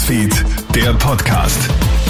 Newsfeed, der Podcast.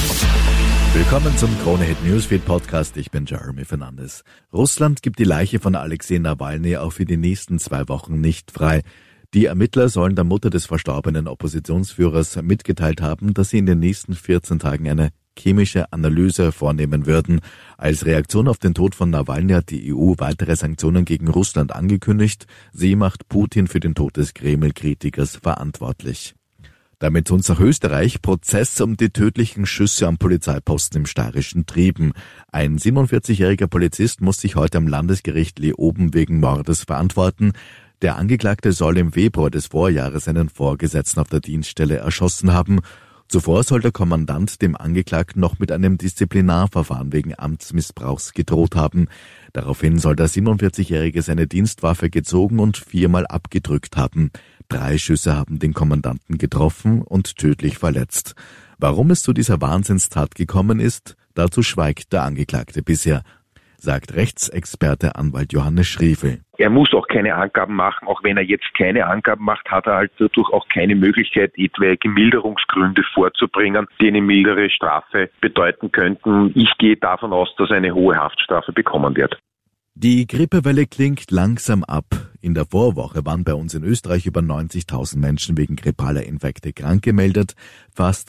Willkommen zum Krone-Hit Newsfeed Podcast. Ich bin Jeremy Fernandes. Russland gibt die Leiche von Alexei Nawalny auch für die nächsten 2 Wochen nicht frei. Die Ermittler sollen der Mutter des verstorbenen Oppositionsführers mitgeteilt haben, dass sie in den nächsten 14 Tagen eine chemische Analyse vornehmen würden. Als Reaktion auf den Tod von Nawalny hat die EU weitere Sanktionen gegen Russland angekündigt. Sie macht Putin für den Tod des Kreml-Kritikers verantwortlich. Damit uns nach Österreich. Prozess um die tödlichen Schüsse am Polizeiposten im steirischen Trieben. Ein 47-jähriger Polizist muss sich heute am Landesgericht Leoben wegen Mordes verantworten. Der Angeklagte soll im Februar des Vorjahres einen Vorgesetzten auf der Dienststelle erschossen haben. Zuvor soll der Kommandant dem Angeklagten noch mit einem Disziplinarverfahren wegen Amtsmissbrauchs gedroht haben. Daraufhin soll der 47-Jährige seine Dienstwaffe gezogen und 4-mal abgedrückt haben. 3 Schüsse haben den Kommandanten getroffen und tödlich verletzt. Warum es zu dieser Wahnsinnstat gekommen ist, dazu schweigt der Angeklagte bisher, sagt Rechtsexperte Anwalt Johannes Schriefel. Er muss auch keine Angaben machen, auch wenn er jetzt keine Angaben macht, hat er halt dadurch auch keine Möglichkeit, etwaige Milderungsgründe vorzubringen, die eine mildere Strafe bedeuten könnten. Ich gehe davon aus, dass er eine hohe Haftstrafe bekommen wird. Die Grippewelle klingt langsam ab. In der Vorwoche waren bei uns in Österreich über 90.000 Menschen wegen grippaler Infekte krank gemeldet, fast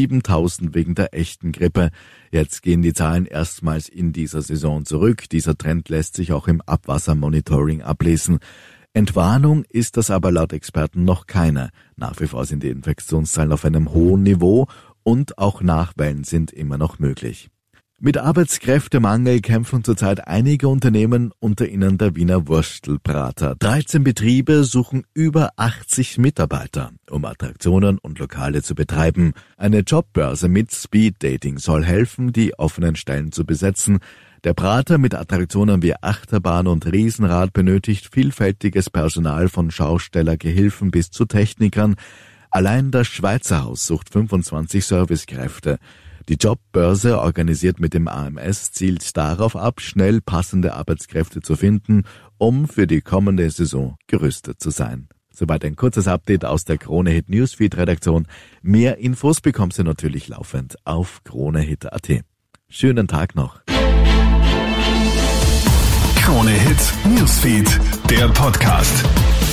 7.000 wegen der echten Grippe. Jetzt gehen die Zahlen erstmals in dieser Saison zurück. Dieser Trend lässt sich auch im Abwassermonitoring ablesen. Entwarnung ist das aber laut Experten noch keine. Nach wie vor sind die Infektionszahlen auf einem hohen Niveau und auch Nachwellen sind immer noch möglich. Mit Arbeitskräftemangel kämpfen zurzeit einige Unternehmen, unter ihnen der Wiener Wurstelbrater. 13 Betriebe suchen über 80 Mitarbeiter, um Attraktionen und Lokale zu betreiben. Eine Jobbörse mit Speeddating soll helfen, die offenen Stellen zu besetzen. Der Brater mit Attraktionen wie Achterbahn und Riesenrad benötigt vielfältiges Personal von Schaustellergehilfen bis zu Technikern. Allein das Schweizer Haus sucht 25 Servicekräfte. Die Jobbörse, organisiert mit dem AMS, zielt darauf ab, schnell passende Arbeitskräfte zu finden, um für die kommende Saison gerüstet zu sein. Soweit ein kurzes Update aus der Krone-Hit Newsfeed-Redaktion. Mehr Infos bekommst du natürlich laufend auf kronehit.at. Schönen Tag noch. Krone-Hit Newsfeed, der Podcast.